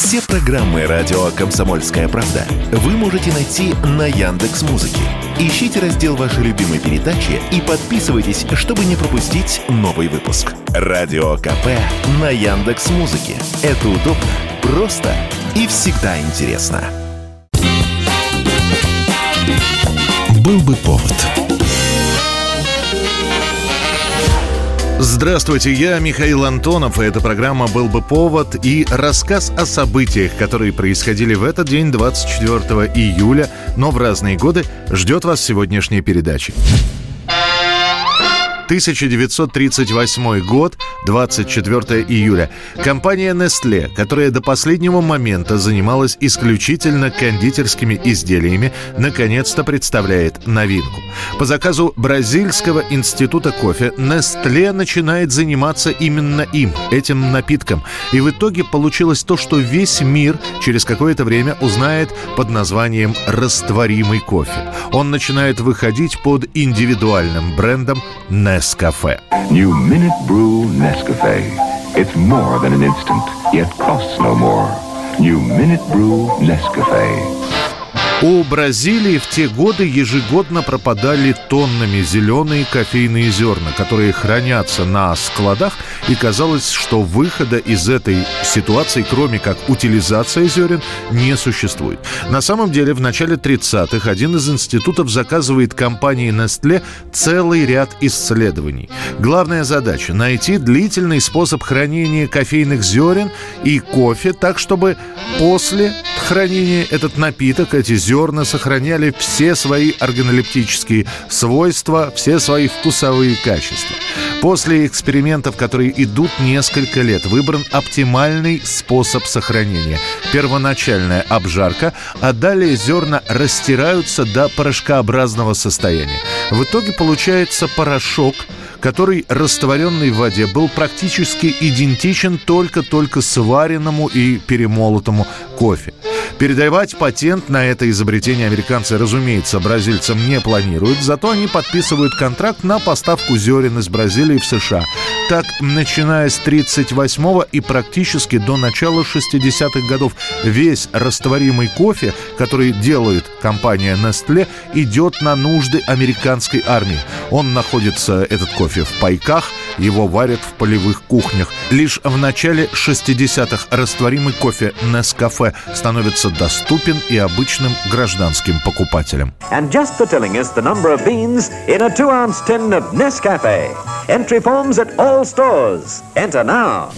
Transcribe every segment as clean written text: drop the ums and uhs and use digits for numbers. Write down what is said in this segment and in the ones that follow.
Все программы радио «Комсомольская правда» вы можете найти на Яндекс.Музыке. Ищите раздел вашей любимой передачи и подписывайтесь, чтобы не пропустить новый выпуск. Радио КП на Яндекс.Музыке. Это удобно, просто и всегда интересно. Был бы повод. Здравствуйте, я Михаил Антонов, и эта программа «Был бы повод» и рассказ о событиях, которые происходили в этот день, 24 июля, но в разные годы, ждет вас сегодняшняя передача. 1938 год, 24 июля. Компания Nestlé, которая до последнего момента занималась исключительно кондитерскими изделиями, наконец-то представляет новинку. По заказу Бразильского института кофе Nestlé начинает заниматься именно этим напитком. И в итоге получилось то, что весь мир через какое-то время узнает под названием «растворимый кофе». Он начинает выходить под индивидуальным брендом Nescafé. New Minute Brew Nescafé. It's more than an instant, yet costs no more. New Minute Brew Nescafé. У Бразилии в те годы ежегодно пропадали тоннами зеленые кофейные зерна, которые хранятся на складах, и казалось, что выхода из этой ситуации, кроме как утилизация зерен, не существует. На самом деле, в начале 30-х один из институтов заказывает компании Nestlé целый ряд исследований. Главная задача – найти длительный способ хранения кофейных зерен и кофе так, чтобы после хранения этот напиток, эти зерна сохраняли все свои органолептические свойства, все свои вкусовые качества. После экспериментов, которые идут несколько лет, выбран оптимальный способ сохранения. Первоначальная обжарка, а далее зерна растираются до порошкообразного состояния. В итоге получается порошок, который, растворенный в воде, был практически идентичен только сваренному и перемолотому кофе. Передавать патент на это изобретение американцы, разумеется, бразильцам не планируют, зато они подписывают контракт на поставку зерен из Бразилии в США. Так, начиная с 1938-го и практически до начала 60-х годов, весь растворимый кофе, который делает компания Nestlé, идет на нужды американской армии. Он находится, этот кофе, в пайках, его варят в полевых кухнях. Лишь в начале 60-х растворимый кофе Nescafé становится доступен и обычным гражданским покупателям. And just for telling us the number of beans in a 2-ounce tin of Nescafe. Entry forms at all stores. Enter now.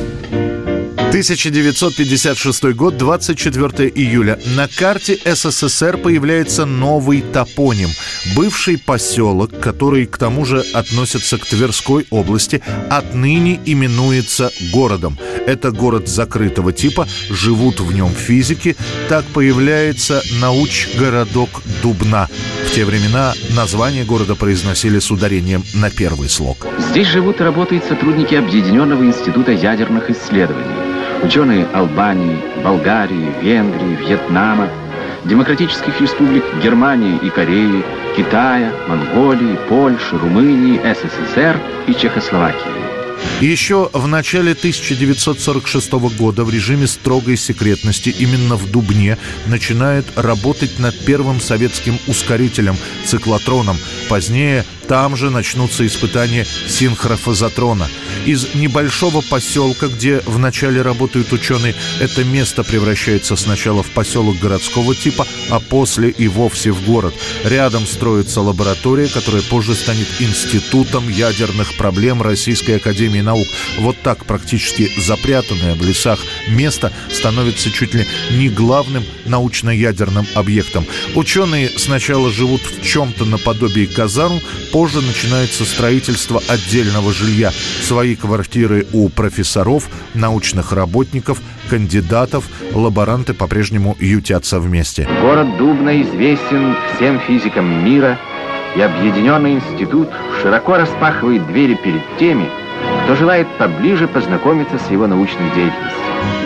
1956 год, 24 июля. На карте СССР появляется новый топоним. Бывший поселок, который к тому же относится к Тверской области, отныне именуется городом. Это город закрытого типа, живут в нем физики. Так появляется научгородок Дубна. В те времена название города произносили с ударением на первый слог. Здесь живут и работают сотрудники Объединенного института ядерных исследований. Ученые Албании, Болгарии, Венгрии, Вьетнама, демократических республик Германии и Кореи, Китая, Монголии, Польши, Румынии, СССР и Чехословакии. И еще в начале 1946 года в режиме строгой секретности именно в Дубне начинают работать над первым советским ускорителем – циклотроном. Позднее там же начнутся испытания синхрофазотрона. Из небольшого поселка, где вначале работают ученые, это место превращается сначала в поселок городского типа, а после и вовсе в город. Рядом строится лаборатория, которая позже станет Институтом ядерных проблем Российской академии наук. Вот так практически запрятанное в лесах место становится чуть ли не главным научно-ядерным объектом. Ученые сначала живут в чем-то наподобие казарм, позже начинается строительство отдельного жилья. Свои квартиры у профессоров, научных работников, кандидатов, лаборанты по-прежнему ютятся вместе. Город Дубна известен всем физикам мира, и Объединенный институт широко распахивает двери перед теми, кто желает поближе познакомиться с его научной деятельностью.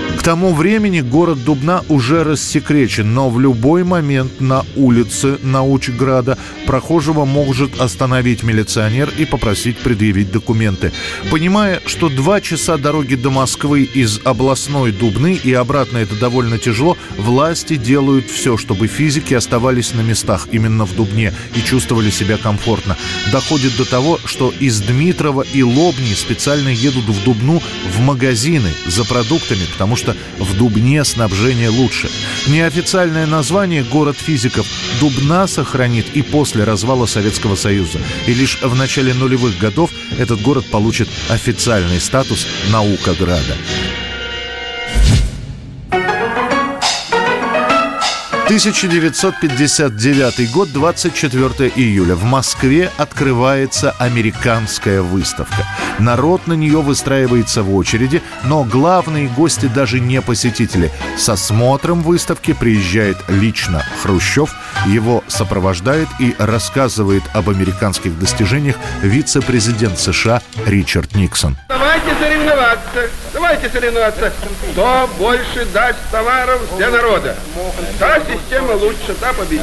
К тому времени город Дубна уже рассекречен, но в любой момент на улице Научграда прохожего может остановить милиционер и попросить предъявить документы. Понимая, что 2 часа дороги до Москвы из областной Дубны и обратно это довольно тяжело, власти делают все, чтобы физики оставались на местах именно в Дубне и чувствовали себя комфортно. Доходит до того, что из Дмитрова и Лобни специально едут в Дубну в магазины за продуктами, потому что в Дубне снабжение лучше. Неофициальное название «Город физиков» Дубна сохранит и после развала Советского Союза. И лишь в начале нулевых годов этот город получит официальный статус «Наукограда». 1959 год, 24 июля. В Москве открывается американская выставка. Народ на нее выстраивается в очереди, но главные гости даже не посетители. С осмотром выставки приезжает лично Хрущев, его сопровождает и рассказывает об американских достижениях вице-президент США Ричард Никсон. Давайте соревноваться. Кто больше даст товаров для народа? Та система лучше, та победит.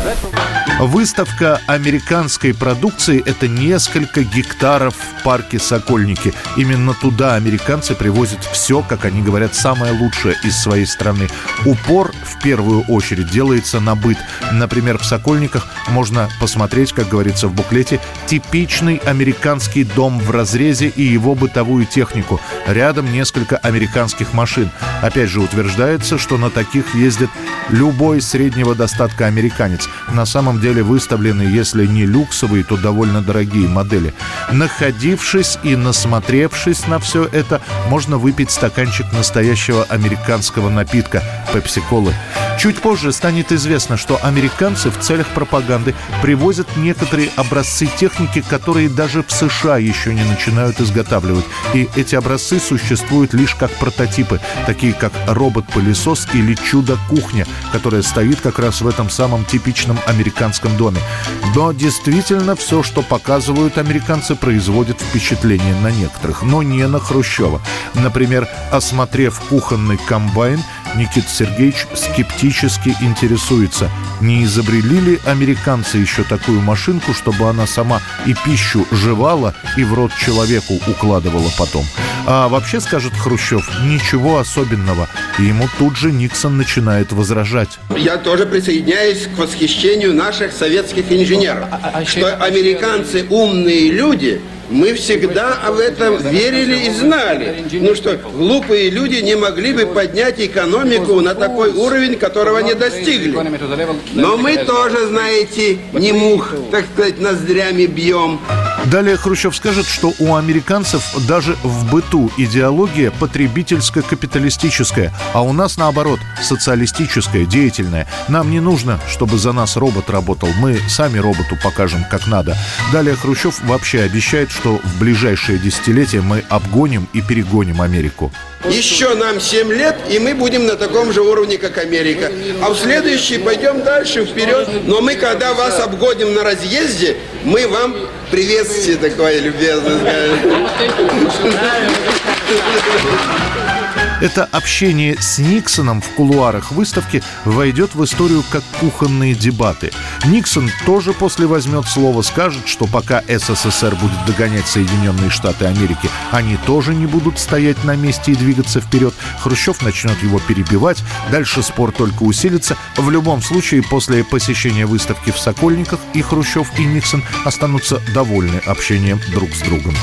Выставка американской продукции – это несколько гектаров в парке Сокольники. Именно туда американцы привозят все, как они говорят, самое лучшее из своей страны. Упор в первую очередь делается на быт. Например, в Сокольниках можно посмотреть, как говорится в буклете, типичный американский дом в разрезе и его бытовую технику. Рядом несколько американских машин. Опять же, утверждается, что на таких ездит любой среднего достатка американец. На самом деле выставлены, если не люксовые, то довольно дорогие модели. Находившись и насмотревшись на все это, можно выпить стаканчик настоящего американского напитка – пепси-колы. Чуть позже станет известно, что американцы в целях пропаганды привозят некоторые образцы техники, которые даже в США еще не начинают изготавливать. И эти образцы существуют лишь как прототипы, такие как робот-пылесос или чудо-кухня, которая стоит как раз в этом самом типичном американском доме. Но действительно все, что показывают американцы, производит впечатление на некоторых, но не на Хрущева. Например, осмотрев кухонный комбайн, Никита Сергеевич скептически интересуется, не изобрели ли американцы еще такую машинку, чтобы она сама и пищу жевала, и в рот человеку укладывала потом. А вообще, скажет Хрущев, ничего особенного. И ему тут же Никсон начинает возражать. Я тоже присоединяюсь к восхищению наших советских инженеров, что американцы умные люди. Мы всегда об этом верили и знали. Ну что, глупые люди не могли бы поднять экономику на такой уровень, которого не достигли. Но мы тоже, знаете, не мух, так сказать, ноздрями бьем. Далее Хрущев скажет, что у американцев даже в быту идеология потребительско-капиталистическая, а у нас, наоборот, социалистическая, деятельная. Нам не нужно, чтобы за нас робот работал. Мы сами роботу покажем, как надо. Далее Хрущев вообще обещает, что в ближайшие десятилетия мы обгоним и перегоним Америку. Еще нам 7 лет, и мы будем на таком же уровне, как Америка. А в следующий пойдем дальше, вперед. Но мы, когда вас обгоним на разъезде, мы вам приветствие такое любезное скажем. Это общение с Никсоном в кулуарах выставки войдет в историю как кухонные дебаты. Никсон тоже после возьмет слово, скажет, что пока СССР будет догонять Соединенные Штаты Америки, они тоже не будут стоять на месте и двигаться вперед. Хрущев начнет его перебивать, дальше спор только усилится. В любом случае, после посещения выставки в Сокольниках и Хрущев, и Никсон останутся довольны общением друг с другом.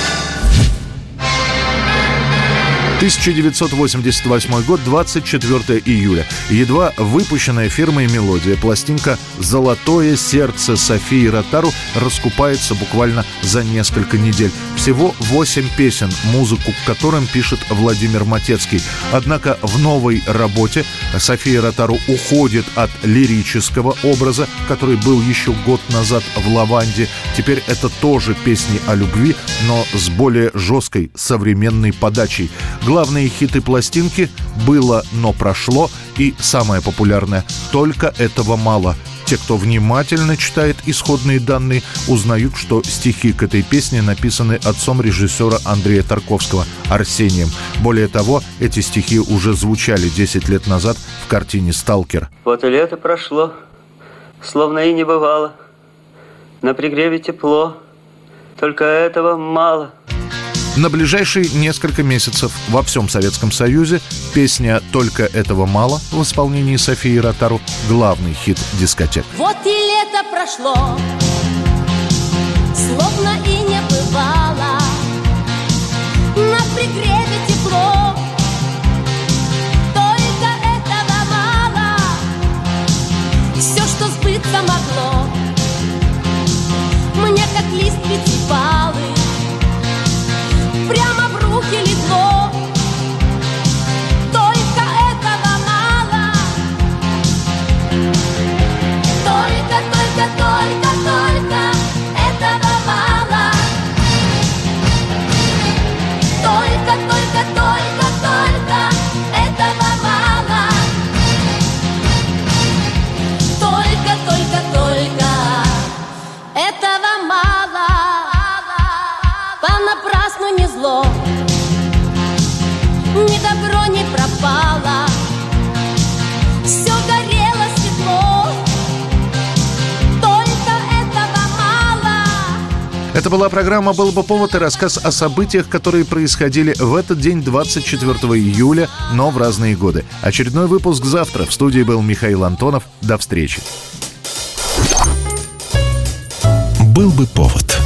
1988 год, 24 июля. Едва выпущенная фирмой «Мелодия» пластинка «Золотое сердце» Софии Ротару раскупается буквально за несколько недель. Всего 8 песен, музыку к которым пишет Владимир Матецкий. Однако в новой работе София Ротару уходит от лирического образа, который был еще год назад в «Лаванде». Теперь это тоже песни о любви, но с более жесткой современной подачей. Главные хиты пластинки «Было, но прошло» и самое популярное «Только этого мало». Те, кто внимательно читает исходные данные, узнают, что стихи к этой песне написаны отцом режиссера Андрея Тарковского, Арсением. Более того, эти стихи уже звучали 10 лет назад в картине «Сталкер». Вот и лето прошло, словно и не бывало. На пригреве тепло, только этого мало. На ближайшие несколько месяцев во всем Советском Союзе песня «Только этого мало» в исполнении Софии Ротару — главный хит дискотек. Вот и лето прошло, словно и не бывало. На пригреве тепло, только этого мало. Все, что сбыться могло, мне как лист пятибаллы прямо в руки легло. Только этого мало. Только этого мало. Только этого мало. Только этого мало. Понапрасну не зло, ни добро не пропало, все горело светло, только этого мало. Это была программа «Был бы повод» и рассказ о событиях, которые происходили в этот день, 24 июля, но в разные годы. Очередной выпуск завтра. В студии был Михаил Антонов. До встречи. «Был бы повод».